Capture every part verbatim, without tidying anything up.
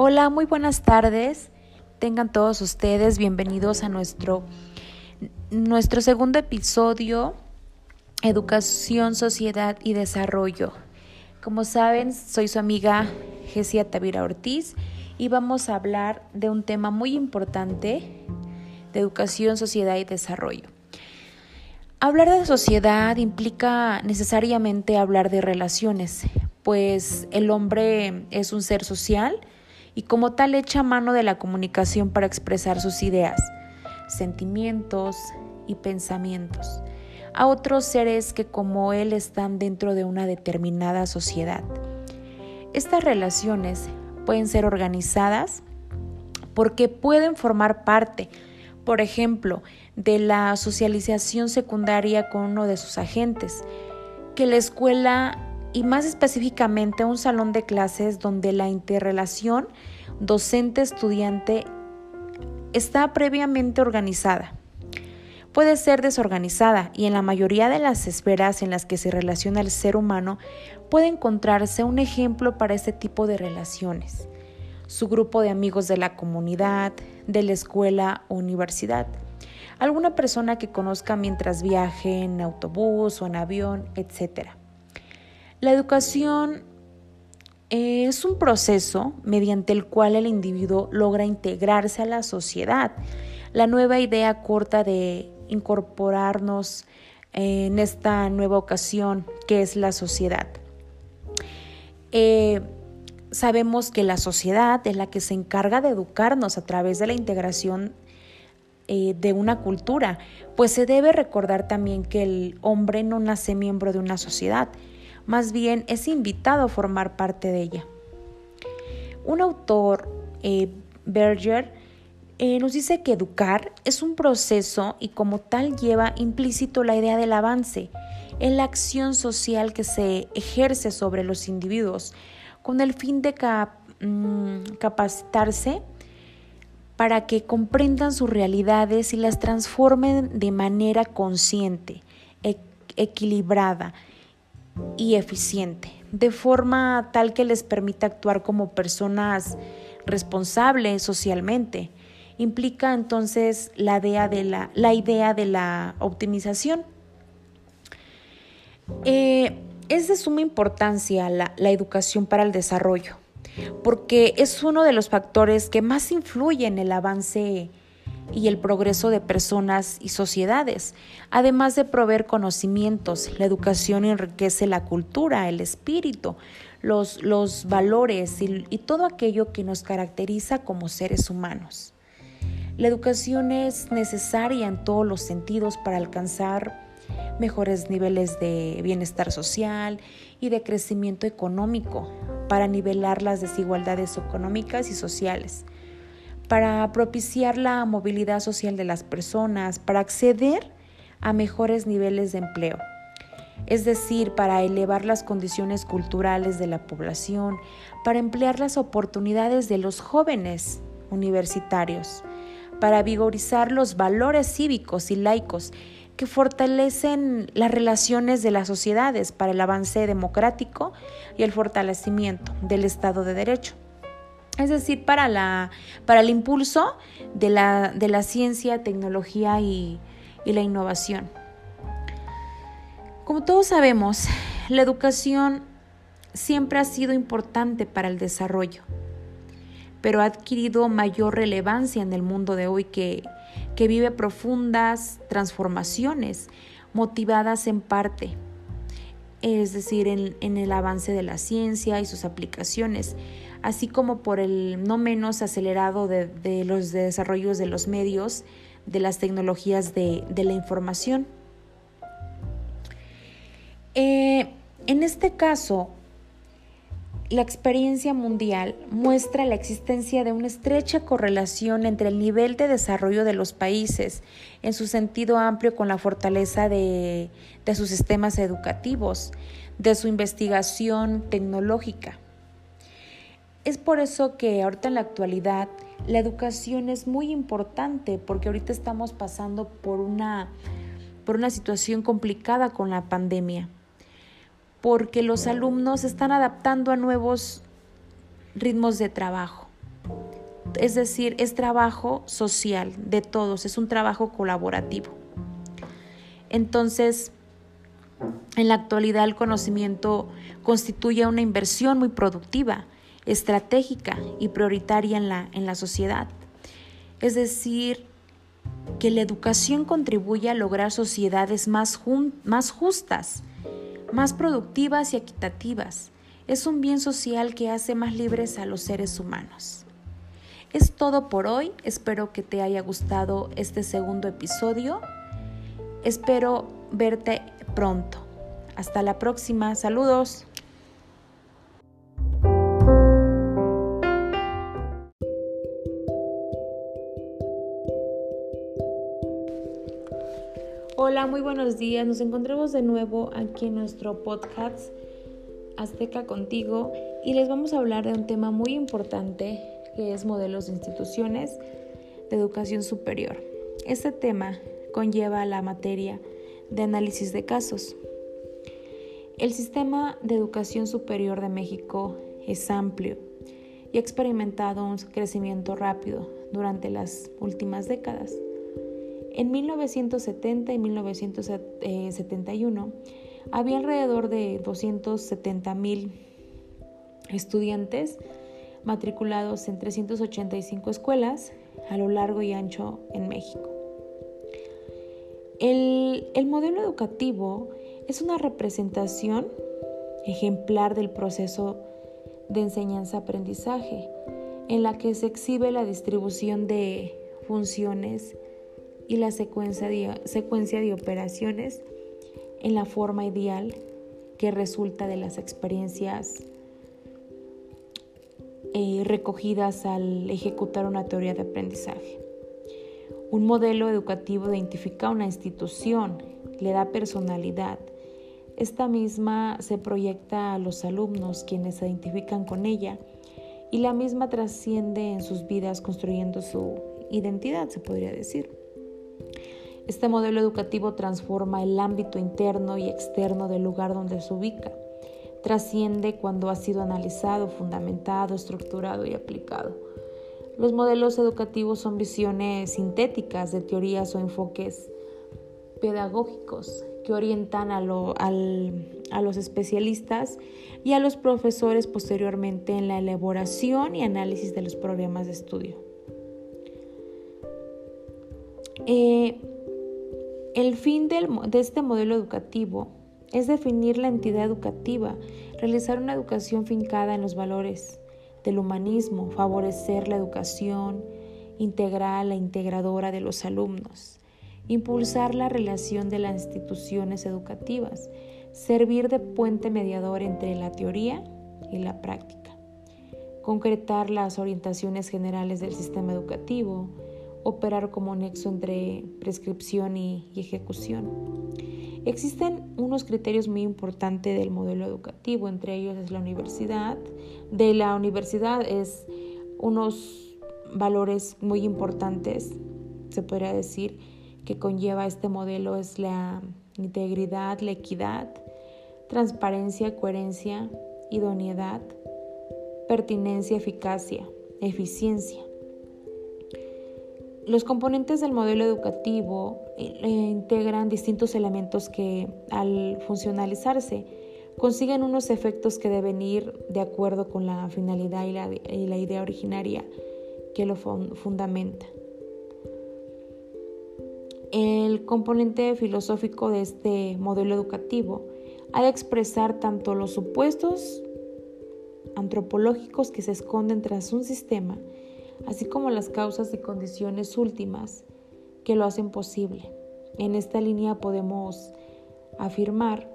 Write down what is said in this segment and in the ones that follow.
Hola, muy buenas tardes. Tengan todos ustedes bienvenidos a nuestro, nuestro segundo episodio, Educación, Sociedad y Desarrollo. Como saben, soy su amiga Gesia Tavira Ortiz y vamos a hablar de un tema muy importante de educación, sociedad y desarrollo. Hablar de sociedad implica necesariamente hablar de relaciones, pues el hombre es un ser social y como tal echa mano de la comunicación para expresar sus ideas, sentimientos y pensamientos a otros seres que como él están dentro de una determinada sociedad. Estas relaciones pueden ser organizadas porque pueden formar parte, por ejemplo, de la socialización secundaria con uno de sus agentes, que la escuela y más específicamente un salón de clases donde la interrelación docente-estudiante está previamente organizada. Puede ser desorganizada y en la mayoría de las esferas en las que se relaciona el ser humano puede encontrarse un ejemplo para este tipo de relaciones. Su grupo de amigos de la comunidad, de la escuela o universidad. Alguna persona que conozca mientras viaje en autobús o en avión, etcétera. La educación es un proceso mediante el cual el individuo logra integrarse a la sociedad. La nueva idea corta de incorporarnos en esta nueva ocasión que es la sociedad. Eh, sabemos que la sociedad es la que se encarga de educarnos a través de la integración eh, de una cultura, pues se debe recordar también que el hombre no nace miembro de una sociedad, más bien es invitado a formar parte de ella. Un autor, eh, Berger, eh, nos dice que educar es un proceso y como tal lleva implícito la idea del avance en la acción social que se ejerce sobre los individuos con el fin de cap- mm, capacitarse para que comprendan sus realidades y las transformen de manera consciente, e- equilibrada y eficiente, de forma tal que les permita actuar como personas responsables socialmente. Implica entonces la idea de la, la, idea de la optimización. Eh, es de suma importancia la, la educación para el desarrollo, porque es uno de los factores que más influye en el avance y el progreso de personas y sociedades. Además de proveer conocimientos, la educación enriquece la cultura, el espíritu, los, los valores y, y todo aquello que nos caracteriza como seres humanos. La educación es necesaria en todos los sentidos para alcanzar mejores niveles de bienestar social y de crecimiento económico, para nivelar las desigualdades económicas y sociales, para propiciar la movilidad social de las personas, para acceder a mejores niveles de empleo, es decir, para elevar las condiciones culturales de la población, para emplear las oportunidades de los jóvenes universitarios, para vigorizar los valores cívicos y laicos que fortalecen las relaciones de las sociedades para el avance democrático y el fortalecimiento del Estado de Derecho. Es decir, para, la, para el impulso de la, de la ciencia, tecnología y, y la innovación. Como todos sabemos, la educación siempre ha sido importante para el desarrollo, pero ha adquirido mayor relevancia en el mundo de hoy que, que vive profundas transformaciones motivadas en parte, es decir, en, en el avance de la ciencia y sus aplicaciones, así como por el no menos acelerado de, de los desarrollos de los medios, de las tecnologías de, de la información. Eh, en este caso, la experiencia mundial muestra la existencia de una estrecha correlación entre el nivel de desarrollo de los países en su sentido amplio con la fortaleza de, de sus sistemas educativos, de su investigación tecnológica. Es por eso que ahorita en la actualidad la educación es muy importante, porque ahorita estamos pasando por una, por una situación complicada con la pandemia, porque los alumnos se están adaptando a nuevos ritmos de trabajo. es decir, es trabajo social de todos, es un trabajo colaborativo. Entonces, en la actualidad el conocimiento constituye una inversión muy productiva, estratégica y prioritaria en la, en la sociedad. Es decir, que la educación contribuye a lograr sociedades más, jun- más justas, más productivas y equitativas. Es un bien social que hace más libres a los seres humanos. Es todo por hoy. Espero que te haya gustado este segundo episodio. Espero verte pronto. Hasta la próxima. Saludos. Hola, muy buenos días. Nos encontramos de nuevo aquí en nuestro podcast Azteca Contigo y les vamos a hablar de un tema muy importante que es modelos de instituciones de educación superior. Este tema conlleva la materia de análisis de casos. El sistema de educación superior de México es amplio y ha experimentado un crecimiento rápido durante las últimas décadas. En mil novecientos setenta y mil novecientos setenta y uno había alrededor de doscientos setenta mil estudiantes matriculados en trescientas ochenta y cinco escuelas a lo largo y ancho en México. El, el modelo educativo es una representación ejemplar del proceso de enseñanza-aprendizaje, en la que se exhibe la distribución de funciones y la secuencia de, secuencia de operaciones en la forma ideal que resulta de las experiencias eh, recogidas al ejecutar una teoría de aprendizaje. Un modelo educativo identifica una institución, le da personalidad. Esta misma se proyecta a los alumnos, quienes se identifican con ella, y la misma trasciende en sus vidas construyendo su identidad, se podría decir. Este modelo educativo transforma el ámbito interno y externo del lugar donde se ubica. Trasciende cuando ha sido analizado, fundamentado, estructurado y aplicado. Los modelos educativos son visiones sintéticas de teorías o enfoques pedagógicos que orientan a, lo, al, a los especialistas y a los profesores posteriormente en la elaboración y análisis de los programas de estudio. Eh, El fin del, de este modelo educativo es definir la entidad educativa, realizar una educación fincada en los valores del humanismo, favorecer la educación integral e integradora de los alumnos, impulsar la relación de las instituciones educativas, servir de puente mediador entre la teoría y la práctica, concretar las orientaciones generales del sistema educativo, operar como nexo entre prescripción y, y ejecución. Existen unos criterios muy importantes del modelo educativo, entre ellos es la universidad. De la universidad es unos valores muy importantes, se podría decir, que conlleva este modelo es la integridad, la equidad, transparencia, coherencia, idoneidad, pertinencia, eficacia, eficiencia. Los componentes del modelo educativo eh, integran distintos elementos que, al funcionalizarse, consiguen unos efectos que deben ir de acuerdo con la finalidad y la, y la idea originaria que lo fundamenta. El componente filosófico de este modelo educativo ha de expresar tanto los supuestos antropológicos que se esconden tras un sistema, así como las causas y condiciones últimas que lo hacen posible. En esta línea podemos afirmar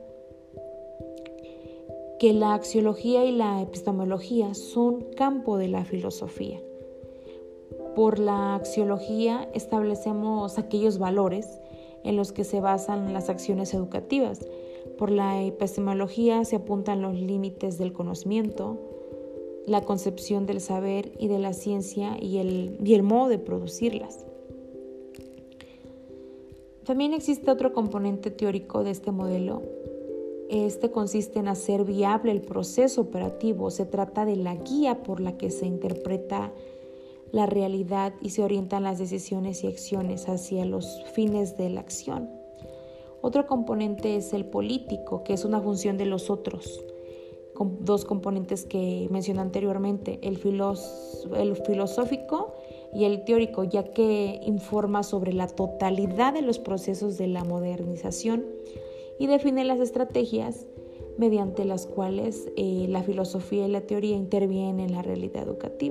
que la axiología y la epistemología son campo de la filosofía. Por la axiología establecemos aquellos valores en los que se basan las acciones educativas. Por la epistemología se apuntan los límites del conocimiento, la concepción del saber y de la ciencia y el, y el modo de producirlas. También existe otro componente teórico de este modelo. Este consiste en hacer viable el proceso operativo. Se trata de la guía por la que se interpreta la realidad y se orientan las decisiones y acciones hacia los fines de la acción. Otro componente es el político, que es una función de los otros, con dos componentes que mencioné anteriormente, el, filos, el filosófico y el teórico, ya que informa sobre la totalidad de los procesos de la modernización y define las estrategias mediante las cuales eh, la filosofía y la teoría intervienen en la realidad educativa.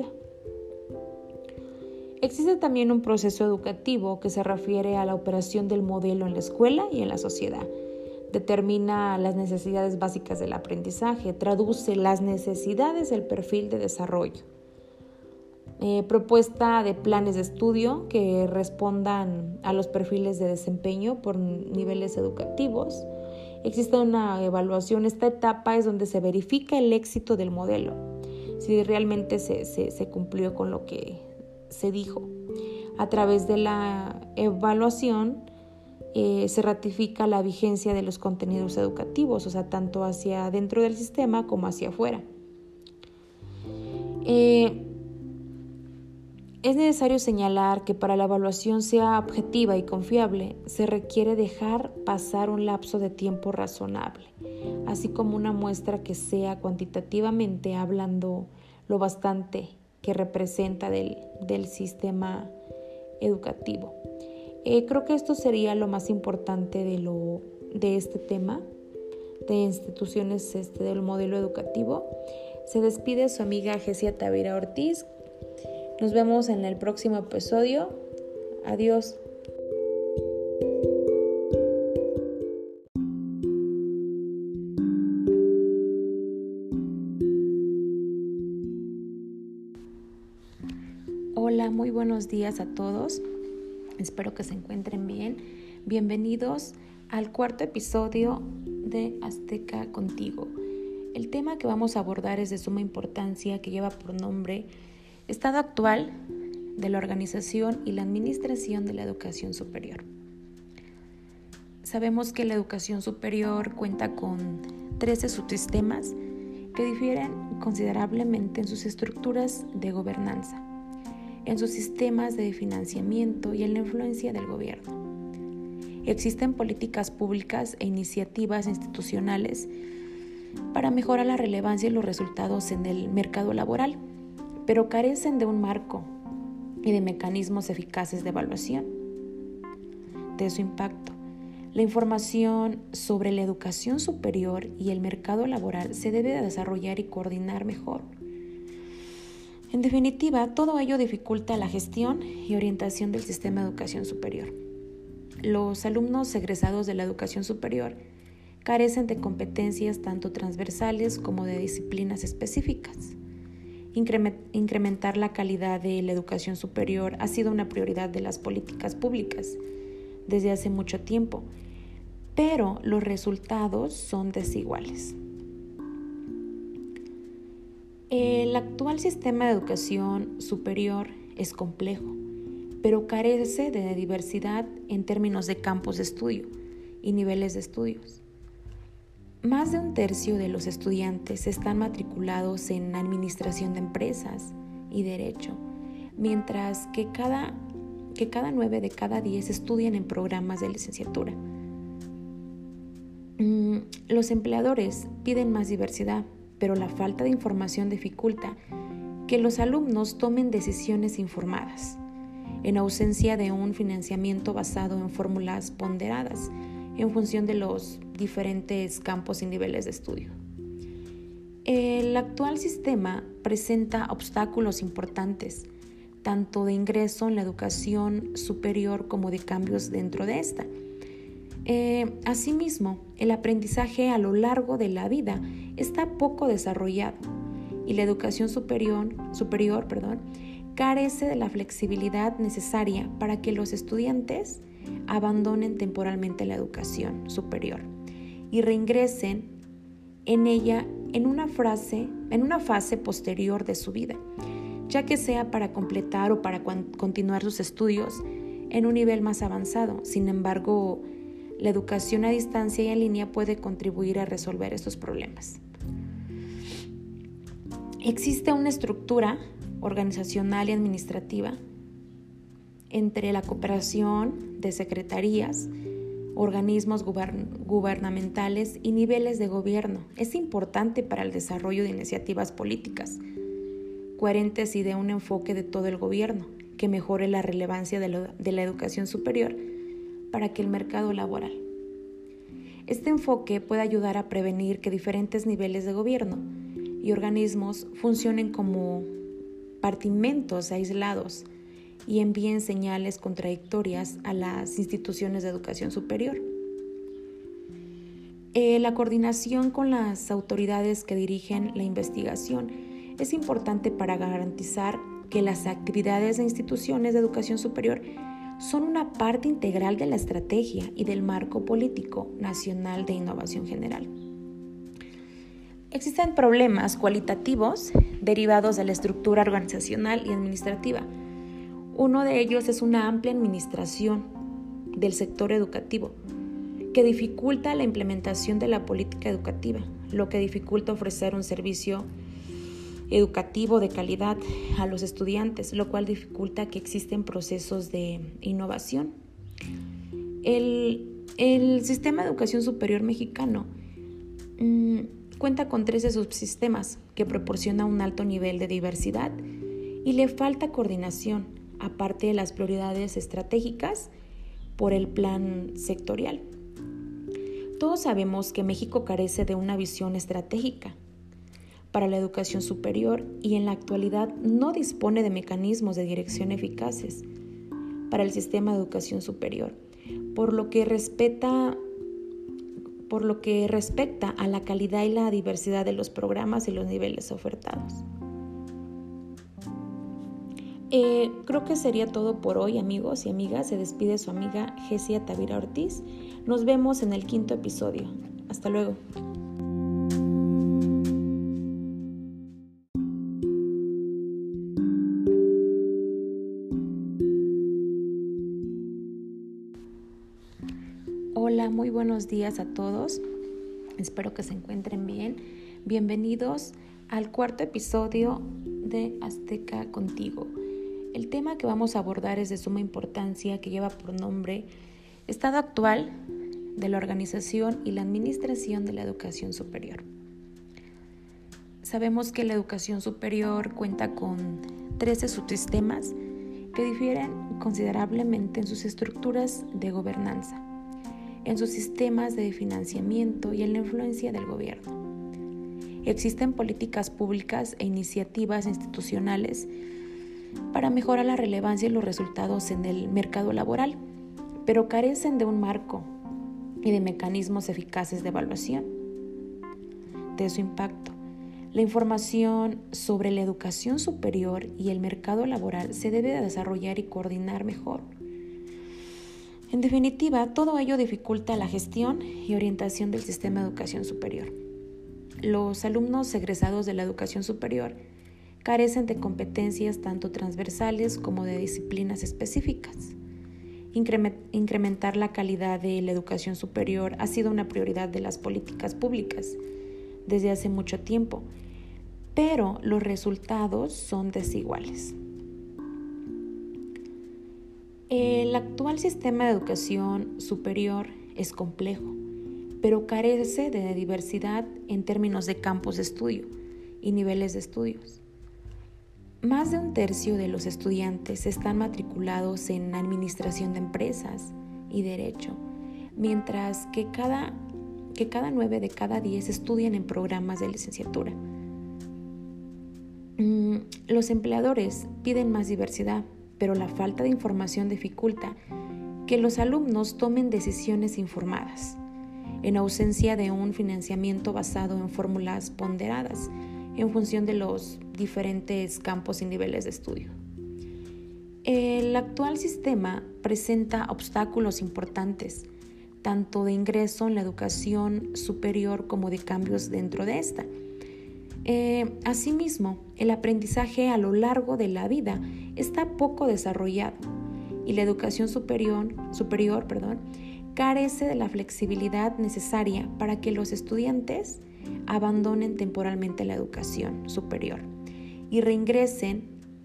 Existe también un proceso educativo que se refiere a la operación del modelo en la escuela y en la sociedad. Determina las necesidades básicas del aprendizaje, traduce las necesidades del perfil de desarrollo. Eh, propuesta de planes de estudio que respondan a los perfiles de desempeño por niveles educativos. Existe una evaluación. Esta etapa es donde se verifica el éxito del modelo, si realmente se, se, se cumplió con lo que se dijo. A través de la evaluación eh, se ratifica la vigencia de los contenidos educativos, o sea, tanto hacia dentro del sistema como hacia afuera. Eh, Es necesario señalar que para la evaluación sea objetiva y confiable, se requiere dejar pasar un lapso de tiempo razonable, así como una muestra que sea cuantitativamente hablando lo bastante que representa del, del sistema educativo. Eh, creo que esto sería lo más importante de, lo, de este tema, de instituciones este, del modelo educativo. Se despide su amiga Jessia Tavira Ortiz. Nos vemos en el próximo episodio. Adiós. Hola, muy buenos días a todos. Espero que se encuentren bien. Bienvenidos al cuarto episodio de Azteca Contigo. El tema que vamos a abordar es de suma importancia, que lleva por nombre Estado actual de la organización y la administración de la educación superior. Sabemos que la educación superior cuenta con trece subsistemas que difieren considerablemente en sus estructuras de gobernanza, en sus sistemas de financiamiento y en la influencia del gobierno. Existen políticas públicas e iniciativas institucionales para mejorar la relevancia y los resultados en el mercado laboral, pero carecen de un marco y de mecanismos eficaces de evaluación de su impacto. La información sobre la educación superior y el mercado laboral se debe de desarrollar y coordinar mejor. En definitiva, todo ello dificulta la gestión y orientación del sistema de educación superior. Los alumnos egresados de la educación superior carecen de competencias tanto transversales como de disciplinas específicas. Incrementar la calidad de la educación superior ha sido una prioridad de las políticas públicas desde hace mucho tiempo, pero los resultados son desiguales. El actual sistema de educación superior es complejo, pero carece de diversidad en términos de campos de estudio y niveles de estudios. Más de un tercio de los estudiantes están matriculados en administración de empresas y derecho, mientras que cada, que cada nueve de cada diez estudian en programas de licenciatura. Mm, los empleadores piden más diversidad, pero la falta de información dificulta que los alumnos tomen decisiones informadas, en ausencia de un financiamiento basado en fórmulas ponderadas en función de los diferentes campos y niveles de estudio. El actual sistema presenta obstáculos importantes, tanto de ingreso en la educación superior como de cambios dentro de esta. Eh, asimismo, el aprendizaje a lo largo de la vida está poco desarrollado y la educación superior, superior perdón, carece de la flexibilidad necesaria para que los estudiantes abandonen temporalmente la educación superior y reingresen en ella en una, frase, en una fase posterior de su vida, ya que sea para completar o para continuar sus estudios en un nivel más avanzado. Sin embargo, la educación a distancia y en línea puede contribuir a resolver estos problemas. Existe una estructura organizacional y administrativa entre la cooperación de secretarías, organismos gubern- gubernamentales y niveles de gobierno. Es importante para el desarrollo de iniciativas políticas coherentes y de un enfoque de todo el gobierno que mejore la relevancia de, lo, de la educación superior para que el mercado laboral. Este enfoque puede ayudar a prevenir que diferentes niveles de gobierno y organismos funcionen como compartimentos aislados y envíen señales contradictorias a las instituciones de educación superior. Eh, la coordinación con las autoridades que dirigen la investigación es importante para garantizar que las actividades de instituciones de educación superior son una parte integral de la estrategia y del marco político nacional de innovación general. Existen problemas cualitativos derivados de la estructura organizacional y administrativa. Uno de ellos es una amplia administración del sector educativo, que dificulta la implementación de la política educativa, lo que dificulta ofrecer un servicio educativo de calidad a los estudiantes, lo cual dificulta que existen procesos de innovación. El, el sistema de educación superior mexicano mmm, cuenta con trece subsistemas que proporciona un alto nivel de diversidad y le falta coordinación, aparte de las prioridades estratégicas por el plan sectorial. Todos sabemos que México carece de una visión estratégica para la educación superior y en la actualidad no dispone de mecanismos de dirección eficaces para el sistema de educación superior, por lo que respeta, por lo que respecta a la calidad y la diversidad de los programas y los niveles ofertados. Eh, creo que sería todo por hoy, amigos y amigas. Se despide su amiga Jessia Tavira Ortiz. Nos vemos en el quinto episodio. Hasta luego. Hola, muy buenos días a todos. Espero que se encuentren bien. Bienvenidos al cuarto episodio de Azteca Contigo. El tema que vamos a abordar es de suma importancia, que lleva por nombre Estado actual de la organización y la administración de la educación superior. Sabemos que la educación superior cuenta con trece subsistemas que difieren considerablemente en sus estructuras de gobernanza, en sus sistemas de financiamiento y en la influencia del gobierno. Existen políticas públicas e iniciativas institucionales para mejorar la relevancia y los resultados en el mercado laboral, pero carecen de un marco y de mecanismos eficaces de evaluación de su impacto. La información sobre la educación superior y el mercado laboral se debe de desarrollar y coordinar mejor. En definitiva, todo ello dificulta la gestión y orientación del sistema de educación superior. Los alumnos egresados de la educación superior carecen de competencias tanto transversales como de disciplinas específicas. Incrementar la calidad de la educación superior ha sido una prioridad de las políticas públicas desde hace mucho tiempo, pero los resultados son desiguales. El actual sistema de educación superior es complejo, pero carece de diversidad en términos de campos de estudio y niveles de estudios. Más de un tercio de los estudiantes están matriculados en administración de empresas y derecho, mientras que cada, que cada nueve de cada diez estudian en programas de licenciatura. Mm, los empleadores piden más diversidad, pero la falta de información dificulta que los alumnos tomen decisiones informadas, en ausencia de un financiamiento basado en fórmulas ponderadas en función de los diferentes campos y niveles de estudio. El actual sistema presenta obstáculos importantes, tanto de ingreso en la educación superior como de cambios dentro de esta. Eh, asimismo, el aprendizaje a lo largo de la vida está poco desarrollado y la educación superior, superior perdón, carece de la flexibilidad necesaria para que los estudiantes abandonen temporalmente la educación superior y reingresen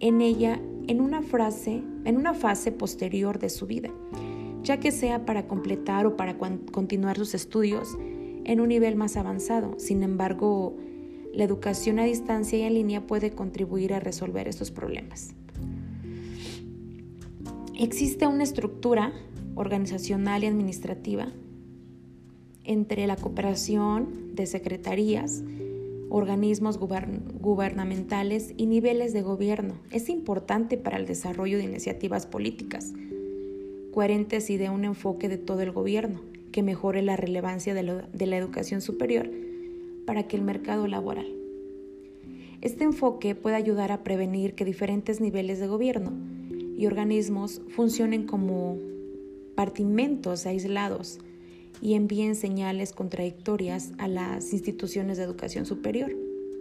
en ella en una, frase, en una fase posterior de su vida, ya que sea para completar o para continuar sus estudios en un nivel más avanzado. Sin embargo, la educación a distancia y en línea puede contribuir a resolver estos problemas. Existe una estructura organizacional y administrativa entre la cooperación de secretarías, organismos gubern- gubernamentales y niveles de gobierno. Es importante para el desarrollo de iniciativas políticas coherentes y de un enfoque de todo el gobierno que mejore la relevancia de, lo, de la educación superior para que el mercado laboral. Este enfoque puede ayudar a prevenir que diferentes niveles de gobierno y organismos funcionen como compartimentos aislados y envíen señales contradictorias a las instituciones de educación superior.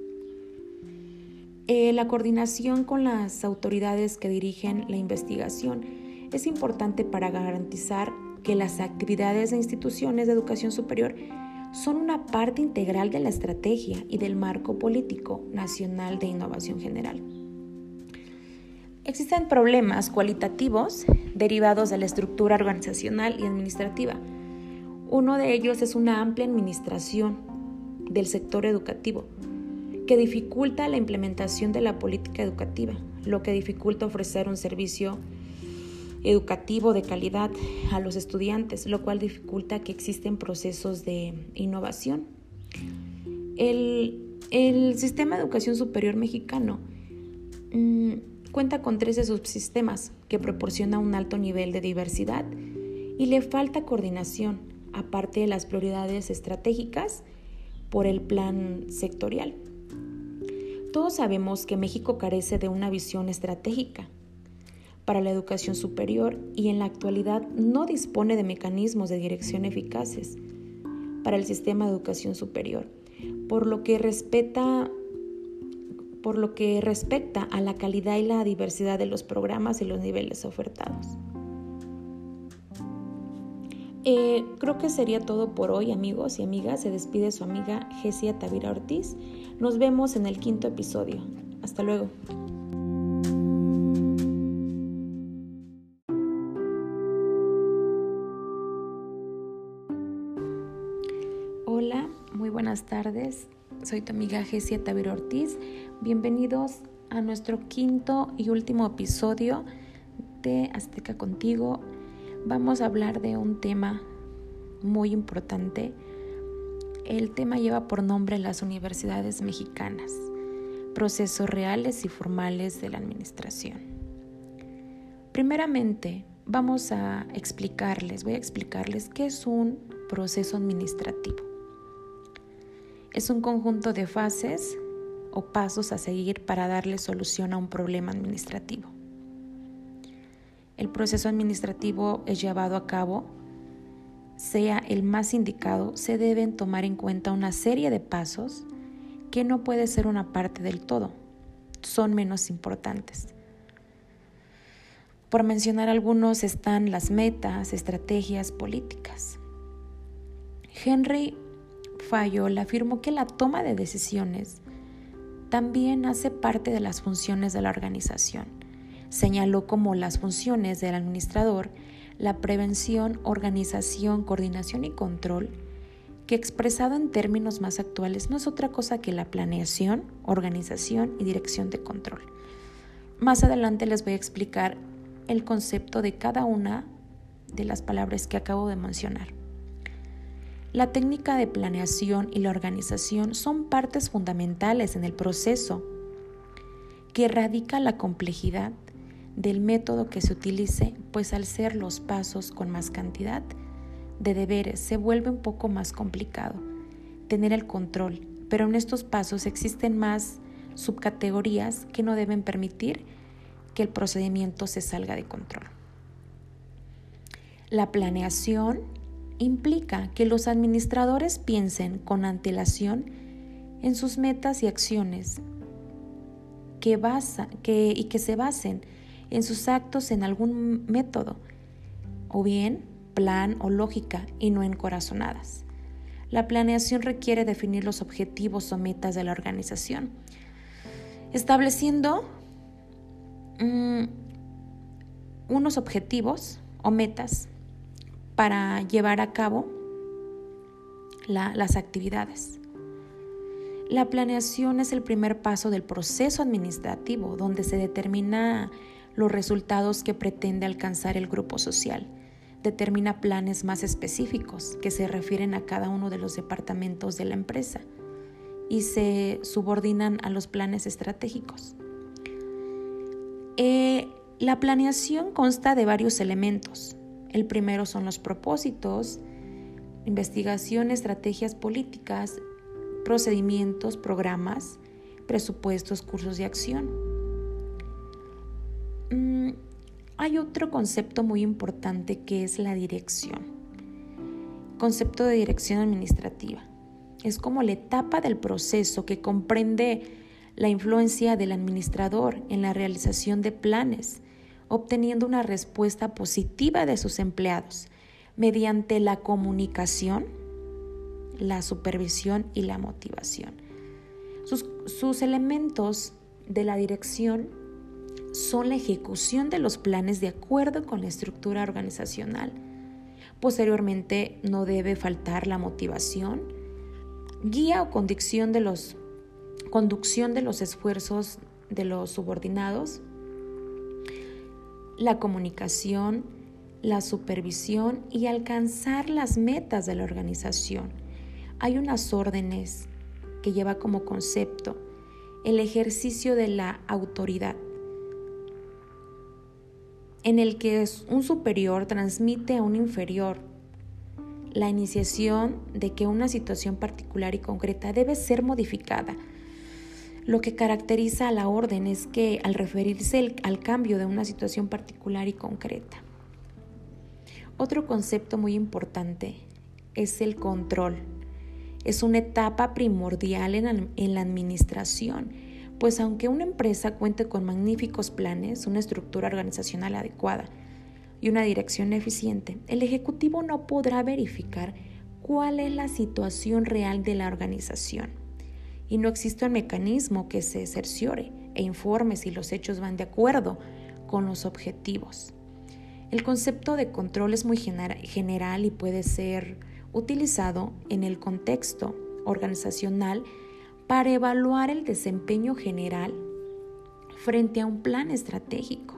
Eh, la coordinación con las autoridades que dirigen la investigación es importante para garantizar que las actividades de instituciones de educación superior son una parte integral de la estrategia y del marco político nacional de innovación general. Existen problemas cualitativos derivados de la estructura organizacional y administrativa. Uno de ellos es una amplia administración del sector educativo, que dificulta la implementación de la política educativa, lo que dificulta ofrecer un servicio educativo de calidad a los estudiantes, lo cual dificulta que existen procesos de innovación. El, el sistema de educación superior mexicano mmm, cuenta con trece subsistemas que proporciona un alto nivel de diversidad y le falta coordinación, aparte de las prioridades estratégicas por el plan sectorial. Todos sabemos que México carece de una visión estratégica para la educación superior y en la actualidad no dispone de mecanismos de dirección eficaces para el sistema de educación superior, por lo que respeta, por lo que respecta a la calidad y la diversidad de los programas y los niveles ofertados. Eh, creo que sería todo por hoy, amigos y amigas. Se despide su amiga Gesia Tavira Ortiz. Nos vemos en el quinto episodio. Hasta luego. Hola, muy buenas tardes. Soy tu amiga Gesia Tavira Ortiz. Bienvenidos a nuestro quinto y último episodio de Azteca Contigo. Vamos a hablar de un tema muy importante. El tema lleva por nombre las universidades mexicanas, procesos reales y formales de la administración. Primeramente, vamos a explicarles, voy a explicarles qué es un proceso administrativo. Es un conjunto de fases o pasos a seguir para darle solución a un problema administrativo. El proceso administrativo es llevado a cabo, sea el más indicado, se deben tomar en cuenta una serie de pasos que no puede ser una parte del todo, son menos importantes. Por mencionar algunos están las metas, estrategias, políticas. Henry Fayol afirmó que la toma de decisiones también hace parte de las funciones de la organización. Señaló como las funciones del administrador la prevención, organización, coordinación y control, que expresado en términos más actuales no es otra cosa que la planeación, organización y dirección de control. Más adelante les voy a explicar el concepto de cada una de las palabras que acabo de mencionar. La técnica de planeación y la organización son partes fundamentales en el proceso que radica la complejidad del método que se utilice, pues al ser los pasos con más cantidad de deberes se vuelve un poco más complicado tener el control, pero en estos pasos existen más subcategorías que no deben permitir que el procedimiento se salga de control. La planeación implica que los administradores piensen con antelación en sus metas y acciones que basa, que, y que se basen en sus actos en algún método, o bien plan o lógica, y no en corazonadas. La planeación requiere definir los objetivos o metas de la organización, estableciendo mm, unos objetivos o metas para llevar a cabo la, las actividades. La planeación es el primer paso del proceso administrativo, donde se determina los resultados que pretende alcanzar el grupo social. Determina planes más específicos que se refieren a cada uno de los departamentos de la empresa y se subordinan a los planes estratégicos. Eh, la planeación consta de varios elementos. El primero son los propósitos, investigación, estrategias políticas, procedimientos, programas, presupuestos, cursos de acción. Mm, hay otro concepto muy importante que es la dirección. Concepto de dirección administrativa. Es como la etapa del proceso que comprende la influencia del administrador en la realización de planes, obteniendo una respuesta positiva de sus empleados mediante la comunicación, la supervisión y la motivación. Sus, sus elementos de la dirección son la ejecución de los planes de acuerdo con la estructura organizacional. Posteriormente, no debe faltar la motivación, guía o conducción de los, conducción de los esfuerzos de los subordinados, la comunicación, la supervisión y alcanzar las metas de la organización. Hay unas órdenes que lleva como concepto el ejercicio de la autoridad, en el que un superior transmite a un inferior la iniciación de que una situación particular y concreta debe ser modificada. Lo que caracteriza a la orden es que al referirse el, al cambio de una situación particular y concreta. Otro concepto muy importante es el control. Es una etapa primordial en, en la administración, pues aunque una empresa cuente con magníficos planes, una estructura organizacional adecuada y una dirección eficiente, el ejecutivo no podrá verificar cuál es la situación real de la organización y no existe un mecanismo que se cerciore e informe si los hechos van de acuerdo con los objetivos. El concepto de control es muy general y puede ser utilizado en el contexto organizacional para evaluar el desempeño general frente a un plan estratégico.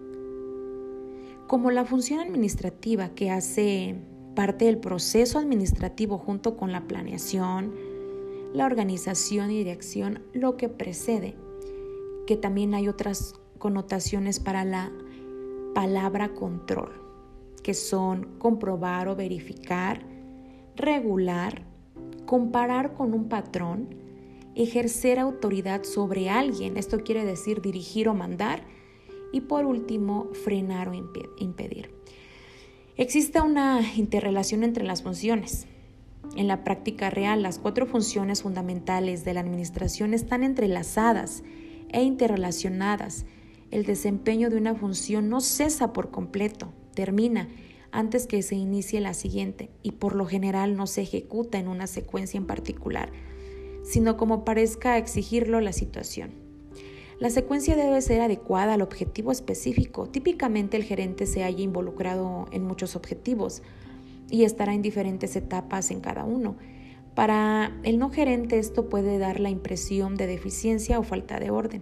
Como la función administrativa que hace parte del proceso administrativo junto con la planeación, la organización y dirección, lo que precede, que también hay otras connotaciones para la palabra control, que son comprobar o verificar, regular, comparar con un patrón, ejercer autoridad sobre alguien, esto quiere decir dirigir o mandar, y por último, frenar o impedir. Existe una interrelación entre las funciones. En la práctica real, las cuatro funciones fundamentales de la administración están entrelazadas e interrelacionadas. El desempeño de una función no cesa por completo, termina antes que se inicie la siguiente y por lo general no se ejecuta en una secuencia en particular, sino como parezca exigirlo la situación. La secuencia debe ser adecuada al objetivo específico. Típicamente el gerente se halla involucrado en muchos objetivos y estará en diferentes etapas en cada uno. Para el no gerente esto puede dar la impresión de deficiencia o falta de orden.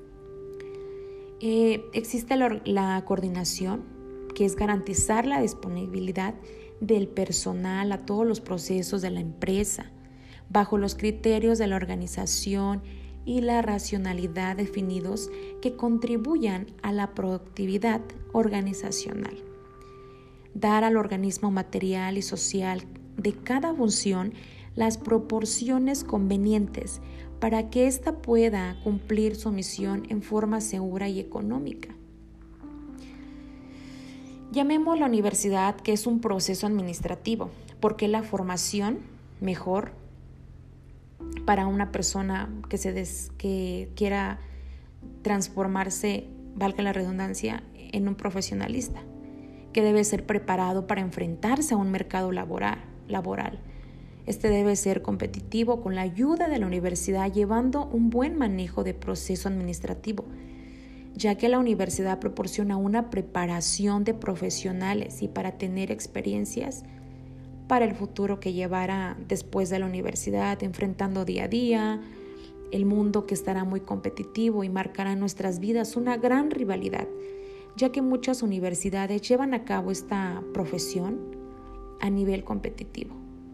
Eh, existe la, la coordinación, que es garantizar la disponibilidad del personal a todos los procesos de la empresa, bajo los criterios de la organización y la racionalidad definidos que contribuyan a la productividad organizacional. Dar al organismo material y social de cada función las proporciones convenientes para que ésta pueda cumplir su misión en forma segura y económica. Llamemos la universidad, que es un proceso administrativo, porque la formación mejor para una persona que, se des, que quiera transformarse, valga la redundancia, en un profesionalista, que debe ser preparado para enfrentarse a un mercado laboral. laboral. Este debe ser competitivo con la ayuda de la universidad, llevando un buen manejo de proceso administrativo. ya que la universidad proporciona una preparación de profesionales y para tener experiencias para el futuro que llevará después de la universidad, enfrentando día a día el mundo que estará muy competitivo y marcará en nuestras vidas una gran rivalidad, ya que muchas universidades llevan a cabo esta profesión a nivel competitivo.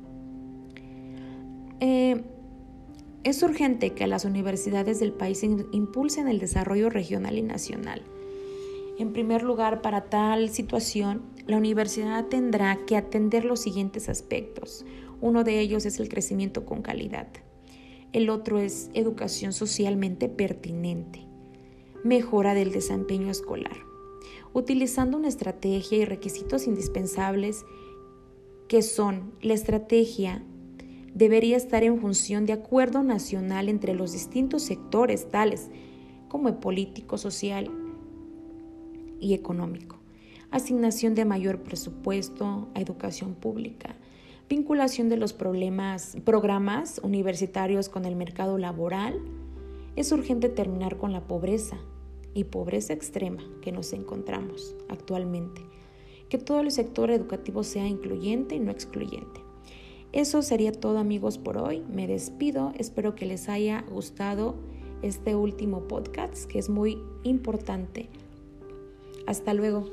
Eh, es urgente que las universidades del país impulsen el desarrollo regional y nacional. En primer lugar, para tal situación, la universidad tendrá que atender los siguientes aspectos. Uno de ellos es el crecimiento con calidad. El otro es educación socialmente pertinente, mejora del desempeño escolar, utilizando una estrategia y requisitos indispensables que son la estrategia debería estar en función de acuerdo nacional entre los distintos sectores, tales como el político, social y económico. Asignación de mayor presupuesto a educación pública. Vinculación de los problemas, programas universitarios con el mercado laboral. Es urgente terminar con la pobreza y pobreza extrema que nos encontramos actualmente. Que todo el sector educativo sea incluyente y no excluyente. Eso sería todo, amigos, por hoy. Me despido. Espero que les haya gustado este último podcast, que es muy importante. Hasta luego.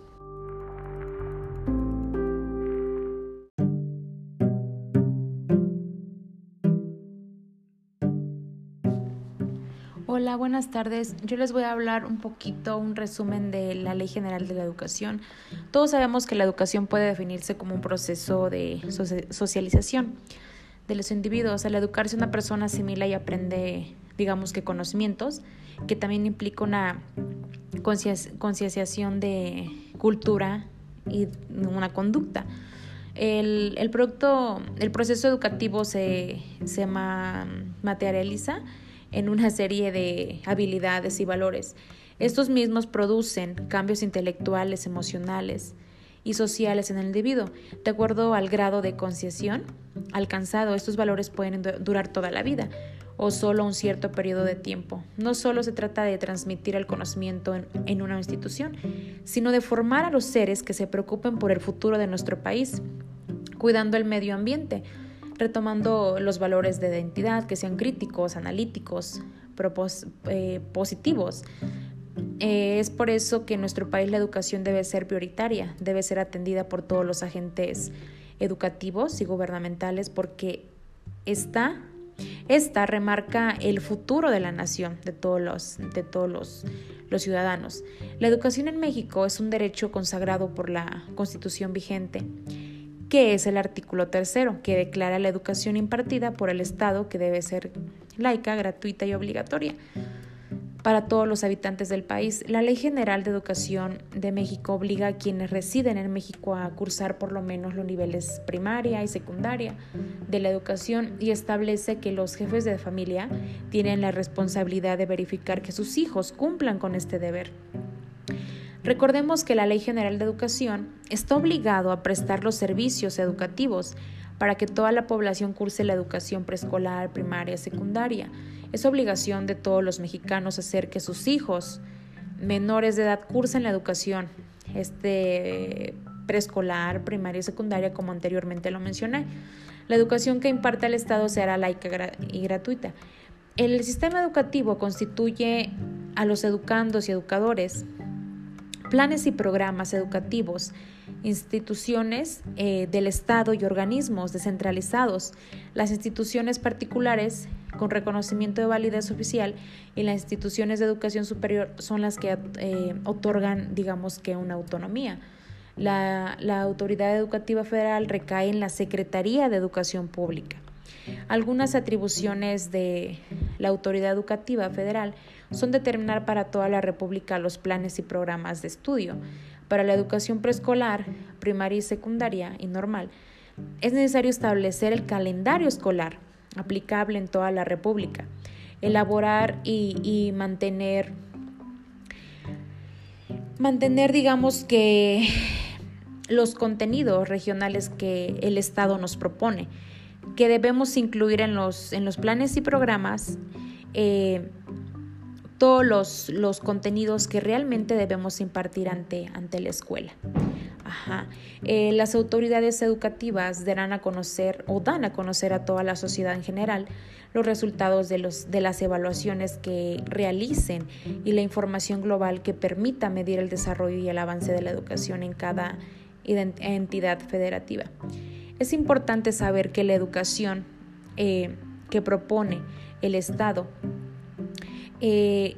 Hola, buenas tardes. Yo les voy a hablar un poquito, un resumen de la Ley General de la Educación. Todos sabemos que la educación puede definirse como un proceso de socialización de los individuos. Al educarse, una persona asimila y aprende, digamos que conocimientos, que también implica una concienciación de cultura y una conducta. El, el producto, el proceso educativo se, se ma, materializa en una serie de habilidades y valores. Estos mismos producen cambios intelectuales, emocionales y sociales en el individuo. De acuerdo al grado de concienciación alcanzado, estos valores pueden durar toda la vida o solo un cierto periodo de tiempo. No solo se trata de transmitir el conocimiento en, en una institución, sino de formar a los seres que se preocupen por el futuro de nuestro país, cuidando el medio ambiente, retomando los valores de identidad, que sean críticos, analíticos, propos, eh, positivos. Eh, es por eso que en nuestro país la educación debe ser prioritaria, debe ser atendida por todos los agentes educativos y gubernamentales, porque esta, esta remarca el futuro de la nación, de todos los, de todos los, los ciudadanos. La educación en México es un derecho consagrado por la Constitución vigente, que es el artículo tercero, que declara la educación impartida por el Estado que debe ser laica, gratuita y obligatoria para todos los habitantes del país. La Ley General de Educación de México obliga a quienes residen en México a cursar por lo menos los niveles primaria y secundaria de la educación y establece que los jefes de familia tienen la responsabilidad de verificar que sus hijos cumplan con este deber. Recordemos que la Ley General de Educación está obligado a prestar los servicios educativos para que toda la población curse la educación preescolar, primaria, secundaria. Es obligación de todos los mexicanos hacer que sus hijos menores de edad cursen la educación este, preescolar, primaria y secundaria, como anteriormente lo mencioné. La educación que imparte el Estado será laica y gratuita. El sistema educativo constituye a los educandos y educadores, planes y programas educativos, instituciones eh, del Estado y organismos descentralizados, las instituciones particulares con reconocimiento de validez oficial y las instituciones de educación superior son las que eh, otorgan, digamos que una autonomía. La, la autoridad educativa federal recae en la Secretaría de Educación Pública. Algunas atribuciones de la autoridad educativa federal son determinar para toda la República los planes y programas de estudio. Para la educación preescolar, primaria y secundaria y normal, es necesario establecer el calendario escolar aplicable en toda la República, elaborar y, y mantener, mantener, digamos que los contenidos regionales que el Estado nos propone, que debemos incluir en los, en los planes y programas eh, todos los, los contenidos que realmente debemos impartir ante, ante la escuela. Ajá. Eh, las autoridades educativas darán a conocer o dan a conocer a toda la sociedad en general los resultados de, los, de las evaluaciones que realicen y la información global que permita medir el desarrollo y el avance de la educación en cada entidad federativa. Es importante saber que la educación eh, que propone el Estado eh,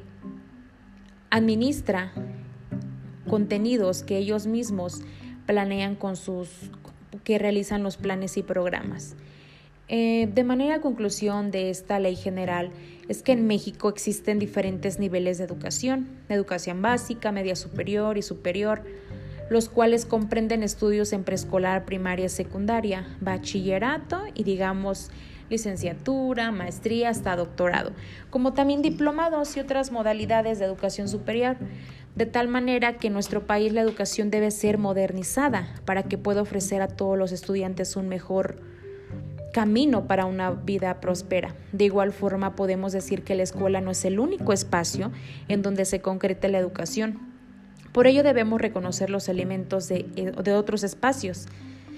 administra contenidos que ellos mismos planean con sus, que realizan los planes y programas. Eh, de manera conclusión de esta ley general es que en México existen diferentes niveles de educación, educación básica, media superior y superior, los cuales comprenden estudios en preescolar, primaria, secundaria, bachillerato y digamos licenciatura, maestría hasta doctorado, como también diplomados y otras modalidades de educación superior, de tal manera que en nuestro país la educación debe ser modernizada para que pueda ofrecer a todos los estudiantes un mejor camino para una vida próspera. De igual forma, podemos decir que la escuela no es el único espacio en donde se concreta la educación. Por ello debemos reconocer los elementos de, de otros espacios,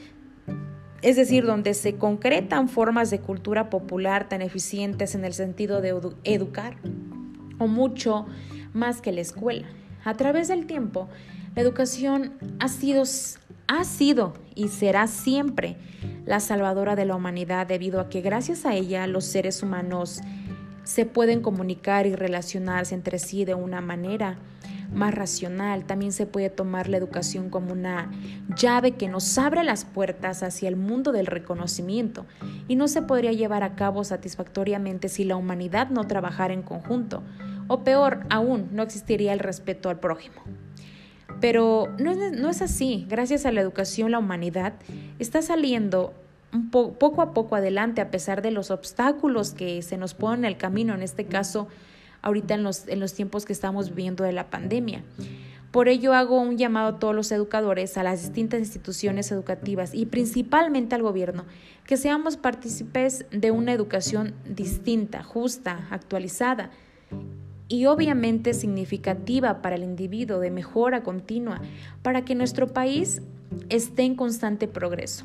es decir, donde se concretan formas de cultura popular tan eficientes en el sentido de edu- educar, o mucho más que la escuela. A través del tiempo, la educación ha sido, ha sido y será siempre la salvadora de la humanidad, debido a que gracias a ella los seres humanos se pueden comunicar y relacionarse entre sí de una manera más racional. También se puede tomar la educación como una llave que nos abre las puertas hacia el mundo del reconocimiento y no se podría llevar a cabo satisfactoriamente si la humanidad no trabajara en conjunto, o peor aún, no existiría el respeto al prójimo. Pero no es, no es así. Gracias a la educación, la humanidad está saliendo un po- poco a poco adelante a pesar de los obstáculos que se nos ponen en el camino, en este caso ahorita en los, en los tiempos que estamos viviendo de la pandemia. Por ello hago un llamado a todos los educadores, a las distintas instituciones educativas y principalmente al gobierno, que seamos partícipes de una educación distinta, justa, actualizada y obviamente significativa para el individuo, de mejora continua, para que nuestro país esté en constante progreso.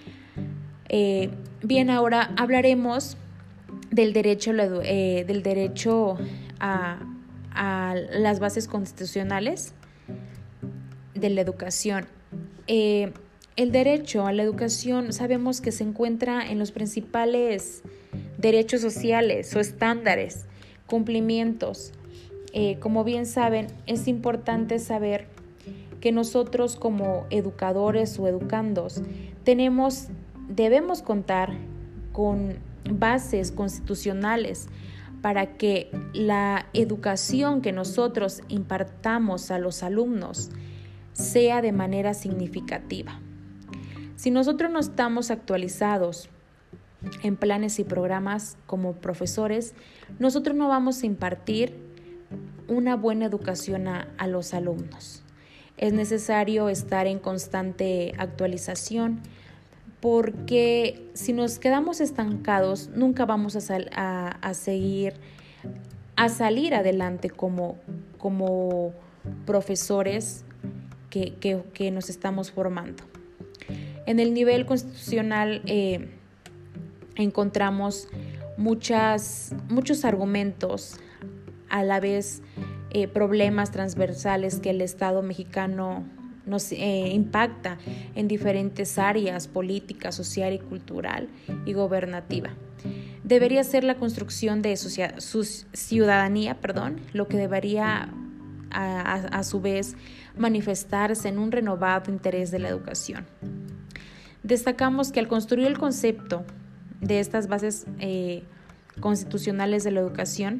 Eh, bien, ahora hablaremos del derecho, eh, del derecho a, a las bases constitucionales de la educación. Eh, el derecho a la educación sabemos que se encuentra en los principales derechos sociales o estándares, cumplimientos. Eh, como bien saben, es importante saber que nosotros como educadores o educandos tenemos, debemos contar con bases constitucionales para que la educación que nosotros impartamos a los alumnos sea de manera significativa. Si nosotros no estamos actualizados en planes y programas como profesores, nosotros no vamos a impartir una buena educación a, a los alumnos. Es necesario estar en constante actualización, porque si nos quedamos estancados, nunca vamos a, sal, a, a seguir, a salir adelante como, como profesores que, que, que nos estamos formando. En el nivel constitucional eh, encontramos muchas, muchos argumentos, a la vez eh, problemas transversales que el Estado mexicano nos eh, impacta en diferentes áreas política, social y cultural y gobernativa. Debería ser la construcción de su, su ciudadanía, perdón, lo que debería a, a, a su vez manifestarse en un renovado interés de la educación. Destacamos que al construir el concepto de estas bases eh, constitucionales de la educación,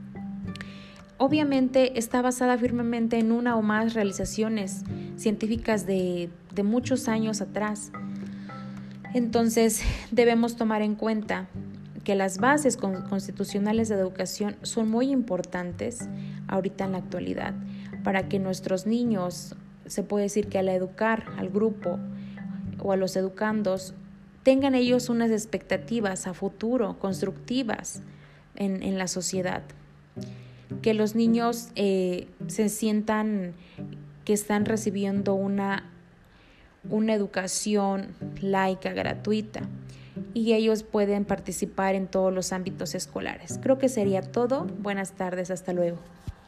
obviamente está basada firmemente en una o más realizaciones científicas de, de muchos años atrás. Entonces debemos tomar en cuenta que las bases con, constitucionales de la educación son muy importantes ahorita en la actualidad para que nuestros niños, se puede decir que al educar al grupo o a los educandos, tengan ellos unas expectativas a futuro constructivas en, en la sociedad. que los niños eh, se sientan que están recibiendo una, una educación laica, gratuita, y ellos pueden participar en todos los ámbitos escolares. Creo que sería todo. Buenas tardes, hasta luego.